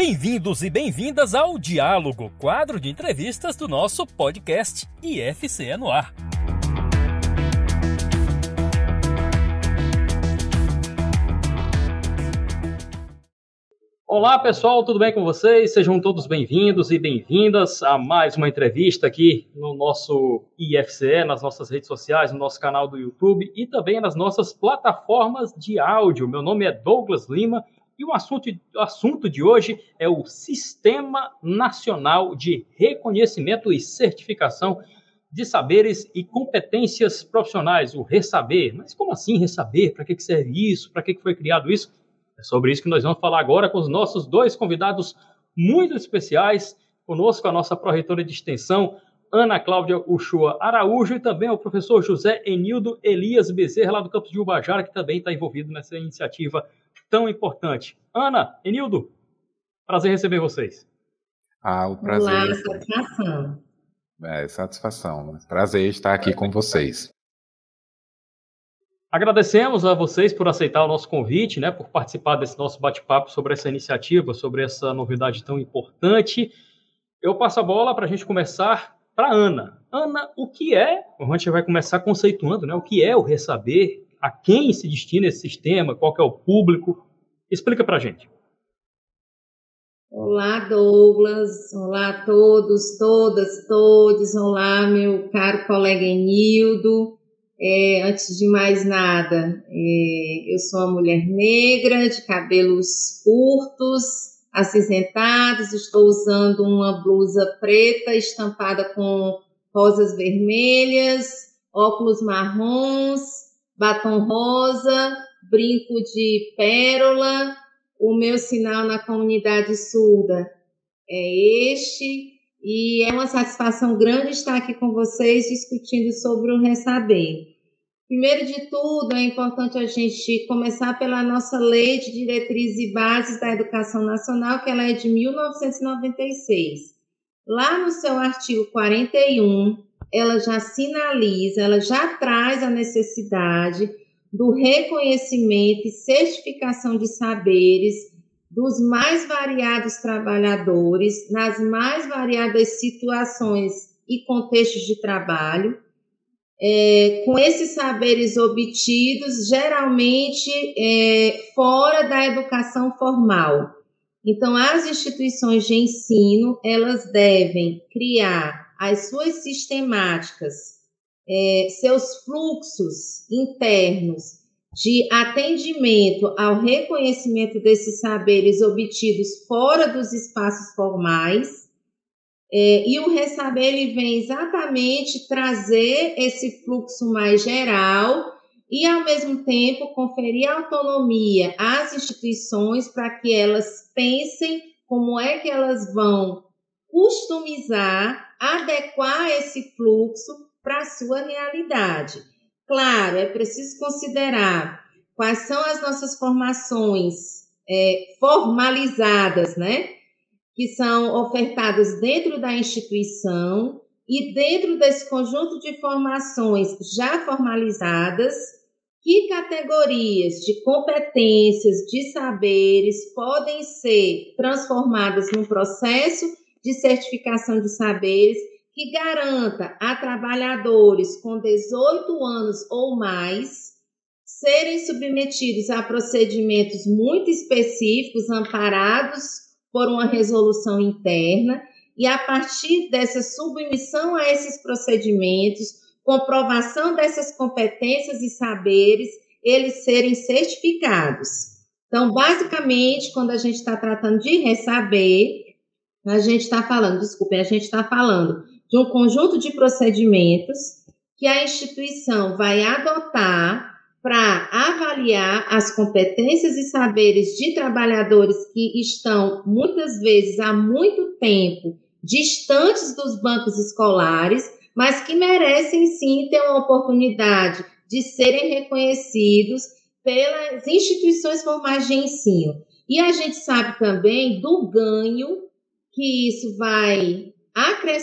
Bem-vindos e bem-vindas ao Diálogo, quadro de entrevistas do nosso podcast IFCE no Ar. Olá pessoal, tudo bem com vocês? Sejam todos bem-vindos e bem-vindas a mais uma entrevista aqui no nosso IFCE, nas nossas redes sociais, no nosso canal do YouTube e também nas nossas plataformas de áudio. Meu nome é Douglas Lima e o assunto de hoje é o Sistema Nacional de Reconhecimento e Certificação de Saberes e Competências Profissionais, o RESABER. Mas como assim RESABER? Para que serve isso? Para que foi criado isso? É sobre isso que nós vamos falar agora com os nossos dois convidados muito especiais. Conosco a nossa pró-reitora de extensão, Ana Cláudia Uchoa Araújo, e também o professor José Enildo Elias Bezerra, lá do campus de Ubajara, que também está envolvido nessa iniciativa tão importante. Ana, Enildo, prazer receber vocês. O prazer. Olá, satisfação. Satisfação. Prazer estar aqui com vocês. Agradecemos a vocês por aceitar o nosso convite, por participar desse nosso bate-papo sobre essa iniciativa, sobre essa novidade tão importante. Eu passo a bola para a gente começar para a Ana. Ana, o que é? A gente vai começar conceituando, o que é o RESABER? A quem se destina esse sistema? Qual que é o público? Explica para a gente. Olá, Douglas. Olá a todos, todas, todos. Olá, meu caro colega Enildo. Antes de mais nada, eu sou uma mulher negra, de cabelos curtos, acinzentados, estou usando uma blusa preta estampada com rosas vermelhas, óculos marrons, batom rosa, brinco de pérola. O meu sinal na comunidade surda é este, e é uma satisfação grande estar aqui com vocês discutindo sobre o RESABER. Primeiro de tudo, é importante a gente começar pela nossa Lei de Diretrizes e Bases da Educação Nacional, que ela é de 1996. Lá no seu artigo 41, ela já sinaliza, ela já traz a necessidade do reconhecimento e certificação de saberes dos mais variados trabalhadores, nas mais variadas situações e contextos de trabalho, com esses saberes obtidos, geralmente fora da educação formal. Então, as instituições de ensino, elas devem criar as suas sistemáticas, seus fluxos internos de atendimento ao reconhecimento desses saberes obtidos fora dos espaços formais, e o RESABER ele vem exatamente trazer esse fluxo mais geral e, ao mesmo tempo, conferir autonomia às instituições para que elas pensem como é que elas vão customizar, adequar esse fluxo para a sua realidade. Claro, é preciso considerar quais são as nossas formações formalizadas, que são ofertadas dentro da instituição, e dentro desse conjunto de formações já formalizadas, que categorias de competências, de saberes podem ser transformadas num processo de certificação de saberes que garanta a trabalhadores com 18 anos ou mais serem submetidos a procedimentos muito específicos, amparados por uma resolução interna, e a partir dessa submissão a esses procedimentos, comprovação dessas competências e saberes, eles serem certificados. Então, basicamente, quando a gente está tratando de RESABER, a gente está falando de um conjunto de procedimentos que a instituição vai adotar para avaliar as competências e saberes de trabalhadores que estão, muitas vezes, há muito tempo, distantes dos bancos escolares, mas que merecem, sim, ter uma oportunidade de serem reconhecidos pelas instituições formais de ensino. E a gente sabe também do ganho que isso vai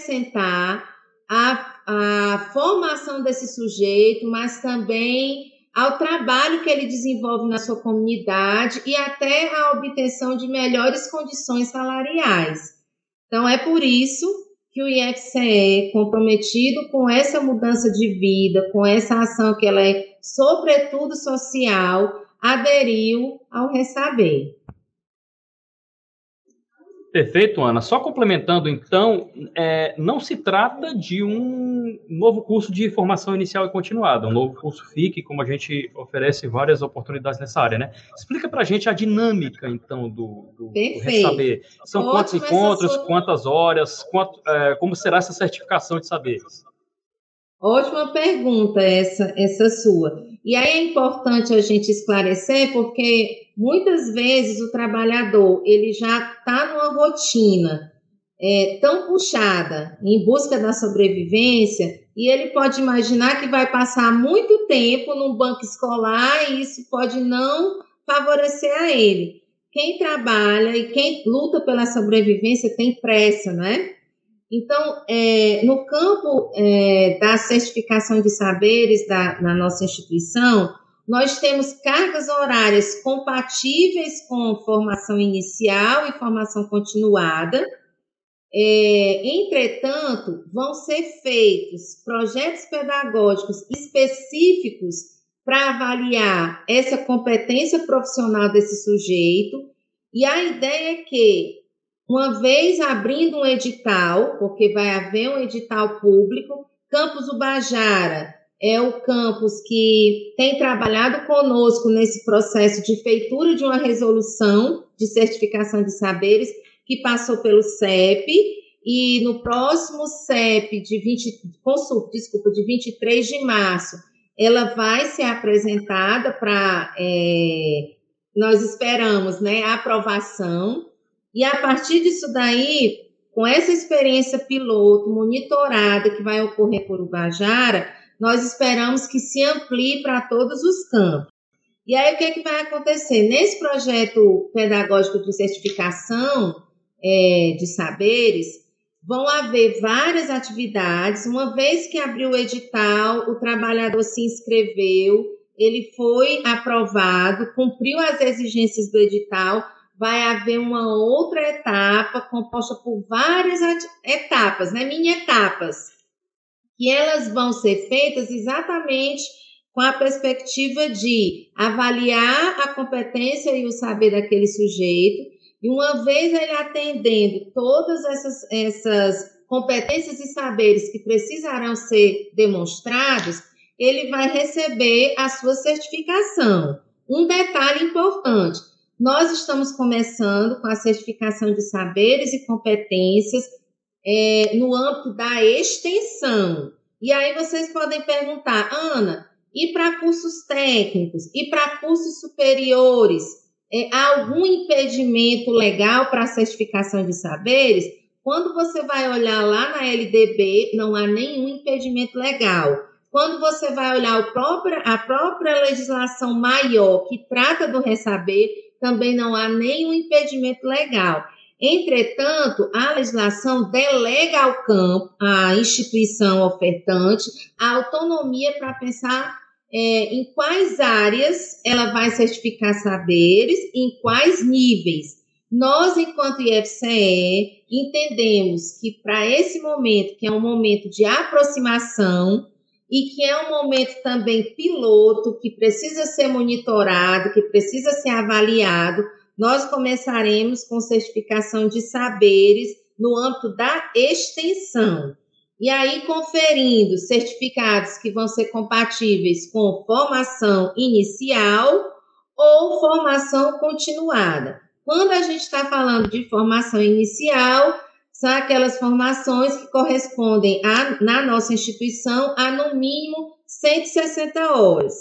acrescentar à formação desse sujeito, mas também ao trabalho que ele desenvolve na sua comunidade e até a obtenção de melhores condições salariais. Então, é por isso que o IFCE, comprometido com essa mudança de vida, com essa ação que ela é sobretudo social, aderiu ao Ressaber. Perfeito, Ana. Só complementando, então, não se trata de um novo curso de formação inicial e continuada, um novo curso FIC, como a gente oferece várias oportunidades nessa área, né? Explica para a gente a dinâmica, então, do Ressaber. São quantos encontros, quantas horas, como será essa certificação de saberes? Ótima pergunta essa sua. E aí é importante a gente esclarecer, porque muitas vezes o trabalhador ele já está numa rotina tão puxada em busca da sobrevivência, e ele pode imaginar que vai passar muito tempo num banco escolar e isso pode não favorecer a ele. Quem trabalha e quem luta pela sobrevivência tem pressa, né? Então, no campo da certificação de saberes na nossa instituição, nós temos cargas horárias compatíveis com formação inicial e formação continuada. Entretanto, vão ser feitos projetos pedagógicos específicos para avaliar essa competência profissional desse sujeito, e a ideia é que, uma vez abrindo um edital, porque vai haver um edital público, Campus Ubajara é o campus que tem trabalhado conosco nesse processo de feitura de uma resolução de certificação de saberes, que passou pelo CEP, e no próximo CEP de 23 de março, ela vai ser apresentada para, nós esperamos, né, a aprovação. E a partir disso daí, com essa experiência piloto, monitorada, que vai ocorrer por Ubajara, nós esperamos que se amplie para todos os campos. E aí, o que é que vai acontecer? Nesse projeto pedagógico de certificação de saberes, vão haver várias atividades. Uma vez que abriu o edital, o trabalhador se inscreveu, ele foi aprovado, cumpriu as exigências do edital, vai haver uma outra etapa composta por várias etapas, né, mini etapas, que elas vão ser feitas exatamente com a perspectiva de avaliar a competência e o saber daquele sujeito, e uma vez ele atendendo todas essas competências e saberes que precisarão ser demonstrados, ele vai receber a sua certificação. Um detalhe importante: nós estamos começando com a certificação de saberes e competências no âmbito da extensão. E aí vocês podem perguntar, Ana, e para cursos técnicos, e para cursos superiores, há algum impedimento legal para a certificação de saberes? Quando você vai olhar lá na LDB, não há nenhum impedimento legal. Quando você vai olhar a própria legislação maior que trata do Ressaber, também não há nenhum impedimento legal. Entretanto, a legislação delega ao campo, à instituição ofertante, a autonomia para pensar em quais áreas ela vai certificar saberes, em quais níveis. Nós, enquanto IFCE, entendemos que para esse momento, que é um momento de aproximação e que é um momento também piloto, que precisa ser monitorado, que precisa ser avaliado, nós começaremos com certificação de saberes no âmbito da extensão. E aí, conferindo certificados que vão ser compatíveis com formação inicial ou formação continuada. Quando a gente está falando de formação inicial, são aquelas formações que correspondem na nossa instituição a, no mínimo, 160 horas.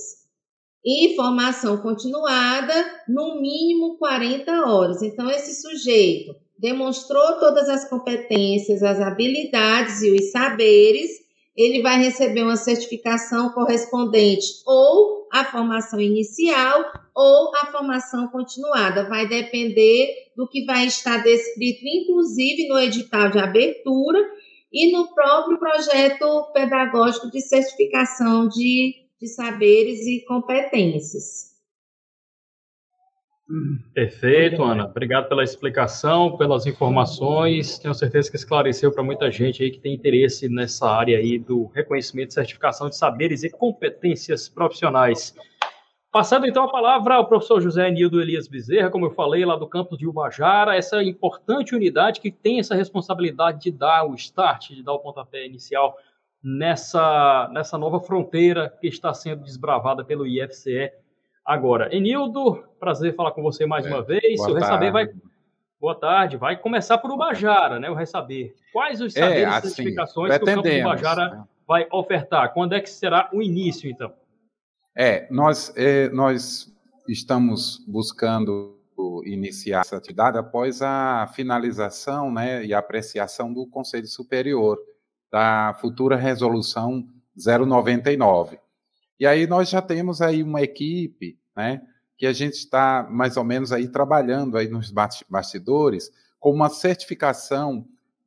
E formação continuada, no mínimo 40 horas. Então, esse sujeito demonstrou todas as competências, as habilidades e os saberes, ele vai receber uma certificação correspondente ou à formação inicial ou à formação continuada. Vai depender do que vai estar descrito, inclusive no edital de abertura e no próprio projeto pedagógico de certificação de de saberes e competências. Perfeito, Ana. Obrigado pela explicação, pelas informações. Tenho certeza que esclareceu para muita gente aí que tem interesse nessa área aí do reconhecimento e certificação de saberes e competências profissionais. Passando então a palavra ao professor José Enildo Elias Bezerra, como eu falei, lá do campus de Ubajara, essa importante unidade que tem essa responsabilidade de dar o start, de dar o pontapé inicial nessa nova fronteira que está sendo desbravada pelo IFCE agora. Enildo, prazer falar com você mais uma vez. O Ressaber vai... Boa tarde. Vai começar por Ubajara, né? O Ressaber. Quais os saberes e certificações que o campus de Ubajara vai ofertar? Quando é que será o início, então? Nós estamos buscando iniciar essa atividade após a finalização, né, e apreciação do Conselho Superior da futura Resolução 099. E aí nós já temos aí uma equipe, né, que a gente está mais ou menos aí trabalhando aí nos bastidores com uma certificação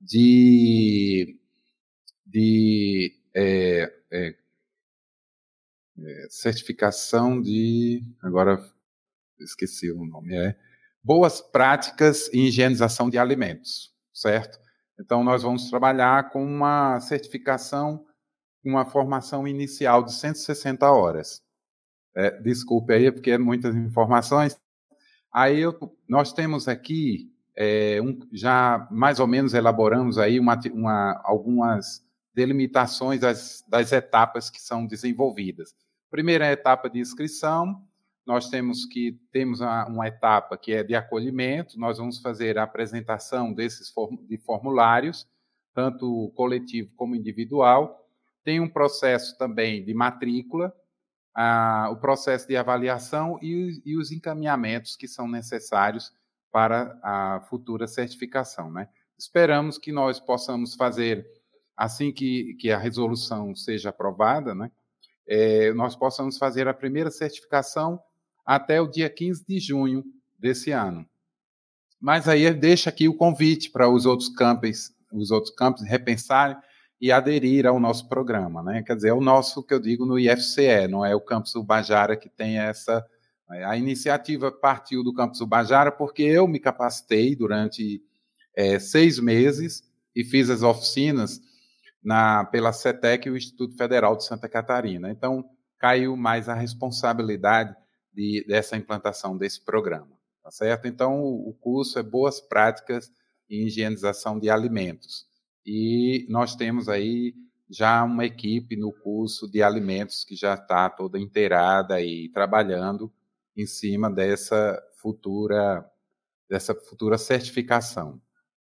certificação de... Agora esqueci o nome. Boas práticas em higienização de alimentos, certo? Então, nós vamos trabalhar com uma certificação, uma formação inicial de 160 horas. Desculpe aí, porque é muitas informações. Aí, nós temos aqui, já mais ou menos elaboramos aí algumas delimitações das etapas que são desenvolvidas. Primeira etapa de inscrição, nós temos uma etapa que é de acolhimento, nós vamos fazer a apresentação de formulários, tanto coletivo como individual. Tem um processo também de matrícula, o processo de avaliação e os encaminhamentos que são necessários para a futura certificação, né? Esperamos que nós possamos fazer, assim que a resolução seja aprovada, né, nós possamos fazer a primeira certificação até o dia 15 de junho desse ano. Mas aí deixa aqui o convite para os outros campos repensarem e aderir ao nosso programa, né? Quer dizer, é o nosso, que eu digo, no IFCE, não é o campus Ubajara que tem essa... A iniciativa partiu do campus Ubajara porque eu me capacitei durante 6 meses e fiz as oficinas pela CETEC e o Instituto Federal de Santa Catarina. Então, caiu mais a responsabilidade dessa implantação desse programa, tá certo? Então, o curso é Boas Práticas em Higienização de Alimentos. E nós temos aí já uma equipe no curso de alimentos que já está toda inteirada e trabalhando em cima dessa futura certificação.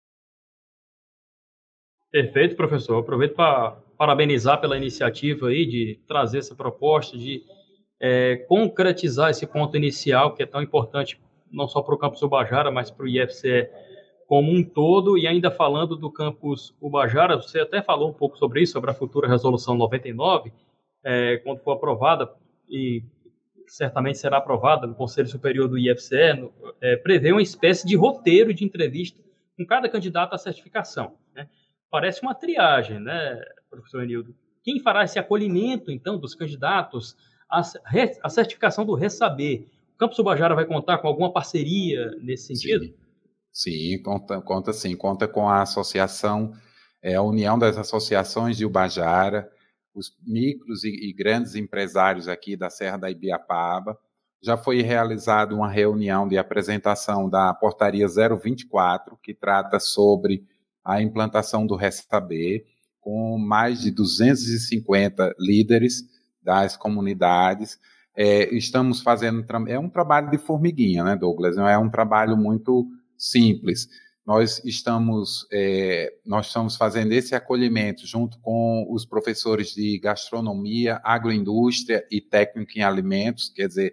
Perfeito, professor. Aproveito para parabenizar pela iniciativa aí de trazer essa proposta, de concretizar esse ponto inicial, que é tão importante não só para o campus Ubajara, mas para o IFCE como um todo. E ainda falando do campus Ubajara, você até falou um pouco sobre isso, sobre a futura Resolução 99, quando for aprovada, e certamente será aprovada no Conselho Superior do IFCE, prevê uma espécie de roteiro de entrevista com cada candidato à certificação, né? Parece uma triagem, né, professor Enildo? Quem fará esse acolhimento, então, dos candidatos à certificação do Ressaber? O campus Ubajara vai contar com alguma parceria nesse sentido? Sim, conta com a associação, a União das Associações de Ubajara, os micros e grandes empresários aqui da Serra da Ibiapaba. Já foi realizada uma reunião de apresentação da Portaria 024, que trata sobre a implantação do Ressaber, com mais de 250 líderes das comunidades. Estamos fazendo... É um trabalho de formiguinha, né, Douglas? Não é um trabalho muito simples. Nós estamos fazendo esse acolhimento junto com os professores de gastronomia, agroindústria e técnico em alimentos, quer dizer,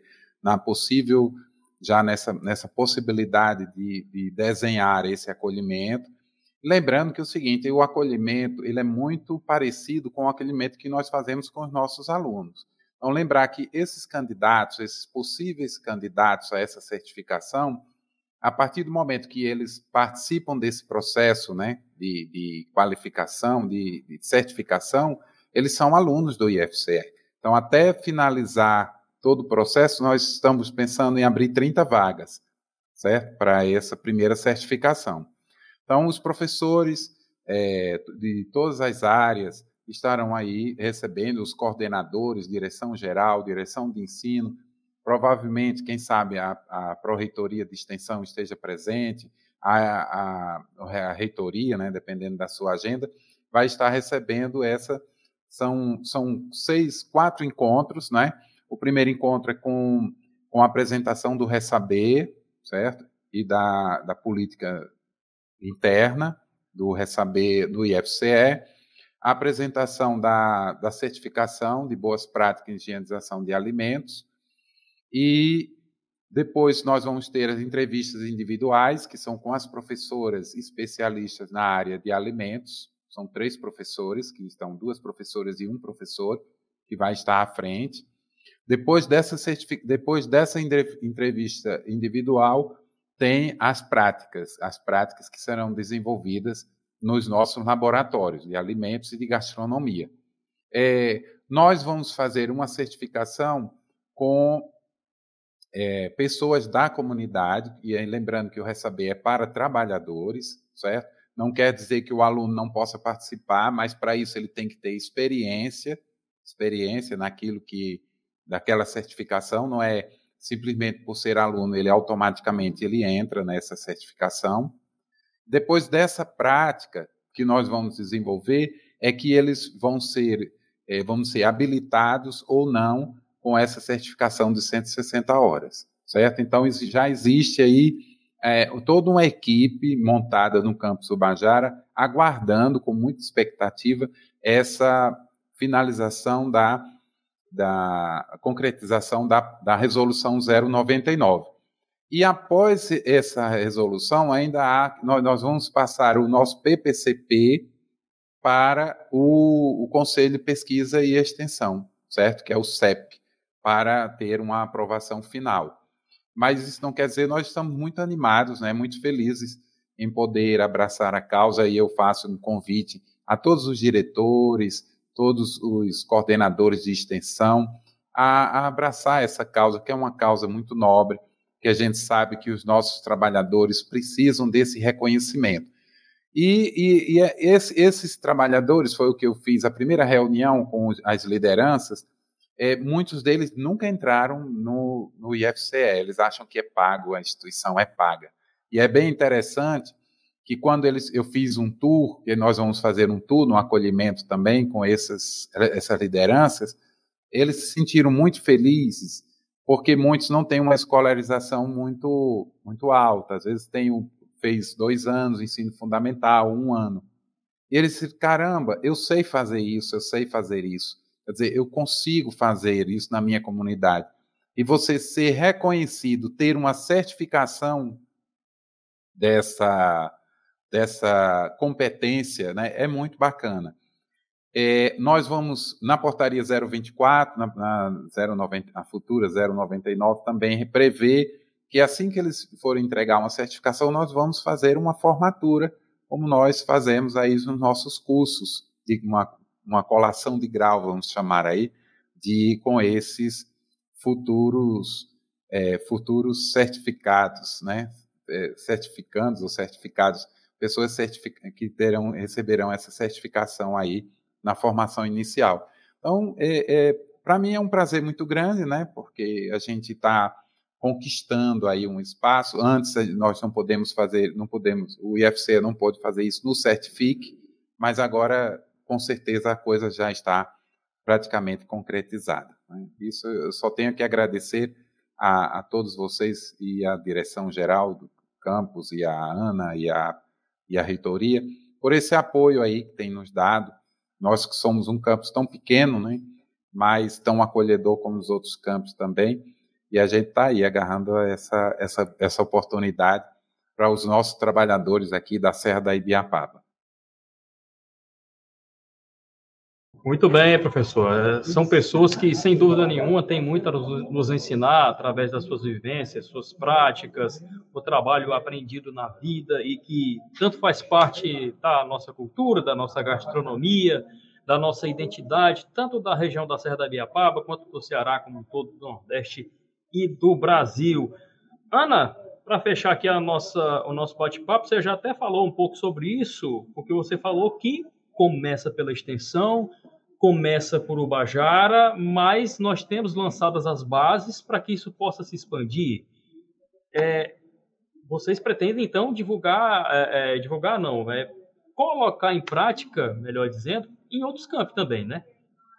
nessa possibilidade de desenhar esse acolhimento. Lembrando que é o seguinte, o acolhimento ele é muito parecido com o acolhimento que nós fazemos com os nossos alunos. Então, lembrar que esses possíveis candidatos a essa certificação, a partir do momento que eles participam desse processo, né, de qualificação, de certificação, eles são alunos do IFCE. Então, até finalizar todo o processo, nós estamos pensando em abrir 30 vagas, certo? Para essa primeira certificação. Então, os professores de todas as áreas estarão aí recebendo, os coordenadores, direção geral, direção de ensino, provavelmente, quem sabe, a Pró-Reitoria de Extensão esteja presente, a reitoria, né, dependendo da sua agenda, vai estar recebendo são 4 encontros, né? O primeiro encontro é com a apresentação do Ressaber, certo? E da política interna do Ressaber do IFCE, a apresentação da certificação de boas práticas em higienização de alimentos, e depois nós vamos ter as entrevistas individuais, que são com as professoras especialistas na área de alimentos. São 3 professores, que estão 2 professoras e 1 professor, que vai estar à frente. Depois dessa entrevista individual, tem as práticas que serão desenvolvidas nos nossos laboratórios de alimentos e de gastronomia. Nós vamos fazer uma certificação com pessoas da comunidade, e lembrando que o Ressaber é para trabalhadores, certo? Não quer dizer que o aluno não possa participar, mas para isso ele tem que ter experiência daquela certificação, não é simplesmente por ser aluno, ele automaticamente entra nessa certificação. Depois dessa prática que nós vamos desenvolver, é que eles vão ser habilitados ou não com essa certificação de 160 horas, certo? Então, já existe aí toda uma equipe montada no campus Ubajara, aguardando com muita expectativa essa finalização da concretização da resolução 099. E após essa resolução, nós vamos passar o nosso PPCP para o Conselho de Pesquisa e Extensão, certo? Que é o CEP, para ter uma aprovação final. Mas isso não quer dizer, nós estamos muito animados, né, muito felizes em poder abraçar a causa, e eu faço um convite a todos os diretores, todos os coordenadores de extensão, a abraçar essa causa, que é uma causa muito nobre, que a gente sabe que os nossos trabalhadores precisam desse reconhecimento. E esses trabalhadores, foi o que eu fiz, a primeira reunião com as lideranças, muitos deles nunca entraram no IFCE, eles acham que é pago, a instituição é paga. E é bem interessante que quando eu fiz um tour, e nós vamos fazer um tour no acolhimento também com essas lideranças, eles se sentiram muito felizes, porque muitos não têm uma escolarização muito, muito alta, às vezes fez 2 anos de ensino fundamental, 1 ano. E eles disseram, caramba, eu sei fazer isso. Quer dizer, eu consigo fazer isso na minha comunidade. E você ser reconhecido, ter uma certificação dessa competência, né, é muito bacana. Nós vamos, na portaria 024, na futura 099, também prever que assim que eles forem entregar uma certificação, nós vamos fazer uma formatura, como nós fazemos aí nos nossos cursos, de uma colação de grau, vamos chamar aí, com esses futuros certificados, né? Certificandos ou certificados, pessoas que receberão essa certificação aí na formação inicial. Então, para mim é um prazer muito grande, né? Porque a gente está conquistando aí um espaço. Antes nós o IFCE não pôde fazer isso no Certifique, mas agora, com certeza, a coisa já está praticamente concretizada, né? Isso eu só tenho que agradecer a todos vocês e a direção geral do campus, e a Ana e a reitoria, por esse apoio aí que tem nos dado. Nós que somos um campus tão pequeno, né, mas tão acolhedor como os outros campos também, e a gente está aí agarrando essa oportunidade para os nossos trabalhadores aqui da Serra da Ibiapaba. Muito bem, professor. São pessoas que, sem dúvida nenhuma, têm muito a nos ensinar através das suas vivências, suas práticas, o trabalho aprendido na vida, e que tanto faz parte da nossa cultura, da nossa gastronomia, da nossa identidade, tanto da região da Serra da Ibiapaba, quanto do Ceará, como todo do Nordeste e do Brasil. Ana, para fechar aqui o nosso bate-papo, você já até falou um pouco sobre isso, porque você falou que começa pela extensão, começa por Ubajara, mas nós temos lançadas as bases para que isso possa se expandir. Vocês pretendem, então, colocar em prática, melhor dizendo, em outros campos também, né?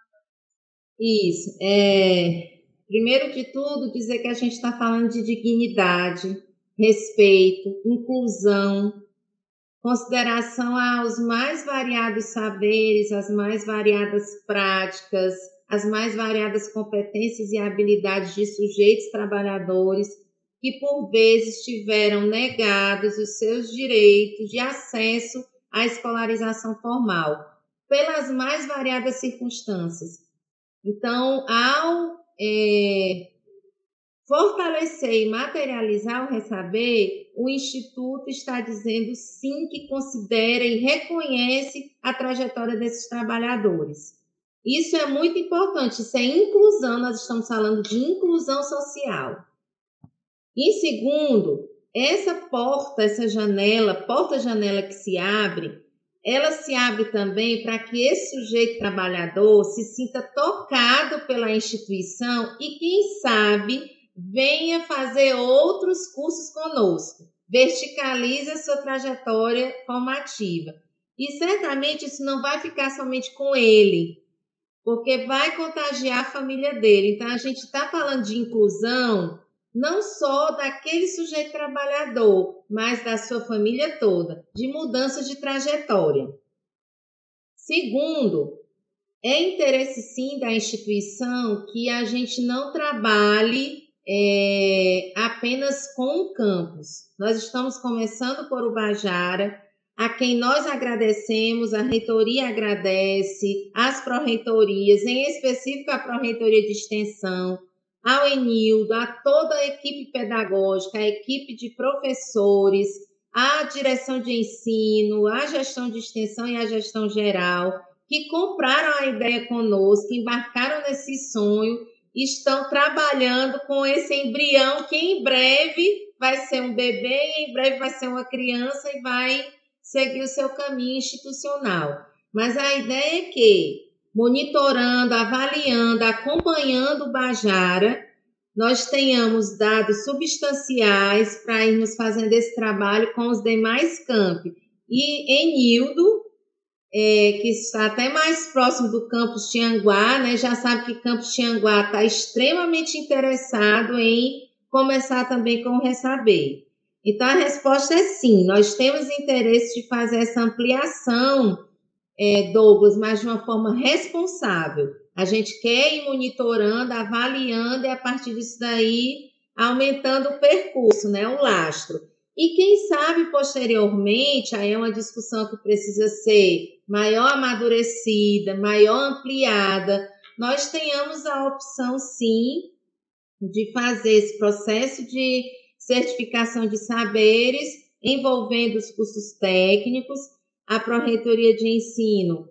Isso. Primeiro de tudo, dizer que a gente está falando de dignidade, respeito, inclusão, consideração aos mais variados saberes, às mais variadas práticas, as mais variadas competências e habilidades de sujeitos trabalhadores que, por vezes, tiveram negados os seus direitos de acesso à escolarização formal, pelas mais variadas circunstâncias. Então, ao fortalecer e materializar o Resaber, o Instituto está dizendo sim que considera e reconhece a trajetória desses trabalhadores. Isso é muito importante, isso é inclusão, nós estamos falando de inclusão social. Em segundo, essa porta-janela que se abre, ela se abre também para que esse sujeito trabalhador se sinta tocado pela instituição e, quem sabe, venha fazer outros cursos conosco, verticalize a sua trajetória formativa. E certamente isso não vai ficar somente com ele, porque vai contagiar a família dele. Então, a gente está falando de inclusão não só daquele sujeito trabalhador, mas da sua família toda, de mudanças de trajetória. Segundo, é interesse sim da instituição que a gente não trabalhe apenas com o campus. Nós estamos começando por Ubajara, a quem nós agradecemos, a reitoria agradece, as pró-reitorias, em específico a pró-reitoria de extensão, ao Enildo, a toda a equipe pedagógica, a equipe de professores, a direção de ensino, a gestão de extensão e a gestão geral, que compraram a ideia conosco, embarcaram nesse sonho, estão trabalhando com esse embrião que em breve vai ser um bebê e em breve vai ser uma criança e vai seguir o seu caminho institucional. Mas a ideia é que, monitorando, avaliando, acompanhando o Ubajara, nós tenhamos dados substanciais para irmos fazendo esse trabalho com os demais campi. E Enildo, que está até mais próximo do campus Tianguá, né, já sabe que o campus Tianguá está extremamente interessado em começar também com o Resaber. Então, a resposta é sim, nós temos interesse de fazer essa ampliação, Douglas, mas de uma forma responsável. A gente quer ir monitorando, avaliando e, a partir disso daí, aumentando o percurso, né, o lastro. E quem sabe, posteriormente, aí é uma discussão que precisa ser maior amadurecida, maior ampliada, nós tenhamos a opção, sim, de fazer esse processo de certificação de saberes envolvendo os cursos técnicos. A Pró-Reitoria de Ensino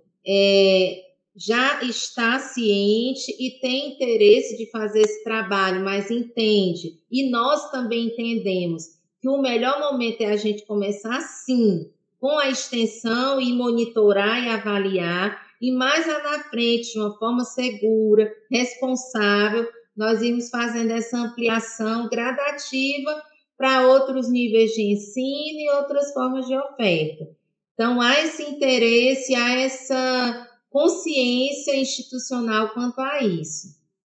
já está ciente e tem interesse de fazer esse trabalho, mas entende, e nós também entendemos, que o melhor momento é a gente começar, sim, com a extensão e monitorar e avaliar, e mais lá na frente, de uma forma segura, responsável, nós irmos fazendo essa ampliação gradativa para outros níveis de ensino e outras formas de oferta. Então, há esse interesse, há essa consciência institucional quanto a isso.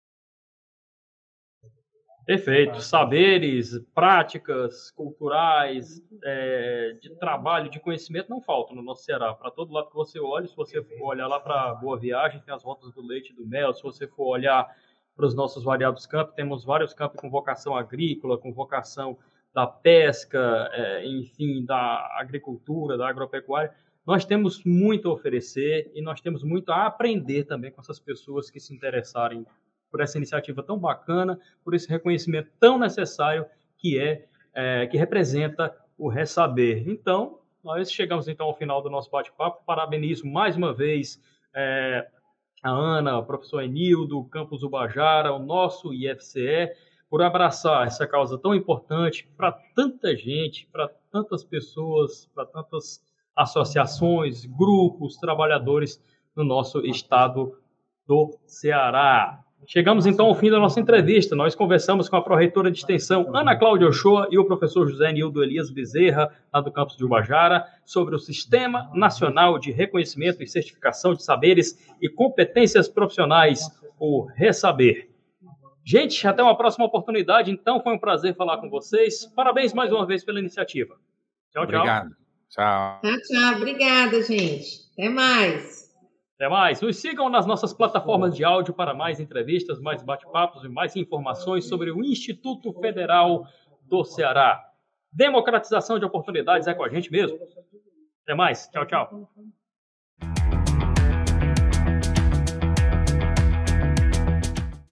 Perfeito. Saberes, práticas culturais, de trabalho, de conhecimento não faltam no nosso Ceará. Para todo lado que você olhe, se você for olhar lá para Boa Viagem, tem as rotas do leite e do mel. Se você for olhar para os nossos variados campos, temos vários campos com vocação agrícola, com vocação da pesca, enfim, da agricultura, da agropecuária. Nós temos muito a oferecer e nós temos muito a aprender também com essas pessoas que se interessarem por essa iniciativa tão bacana, por esse reconhecimento tão necessário que representa o Resaber. Então, nós chegamos então ao final do nosso bate-papo. Parabenizo mais uma vez a Ana, o professor Enildo, o Campus Ubajara, o nosso IFCE, por abraçar essa causa tão importante para tanta gente, para tantas pessoas, para tantas associações, grupos, trabalhadores no nosso estado do Ceará. Chegamos então ao fim da nossa entrevista. Nós conversamos com a pró-reitora de extensão Ana Cláudia Ochoa e o professor José Nildo Elias Bezerra, lá do campus de Ubajara, sobre o Sistema Nacional de Reconhecimento e Certificação de Saberes e Competências Profissionais, o RESABER. Gente, até uma próxima oportunidade. Então, foi um prazer falar com vocês. Parabéns mais uma vez pela iniciativa. Tchau, tchau. Obrigado. Tchau. Tchau. Obrigada, gente. Até mais. Até mais. Nos sigam nas nossas plataformas de áudio para mais entrevistas, mais bate-papos e mais informações sobre o Instituto Federal do Ceará. Democratização de oportunidades é com a gente mesmo. Até mais. Tchau, tchau.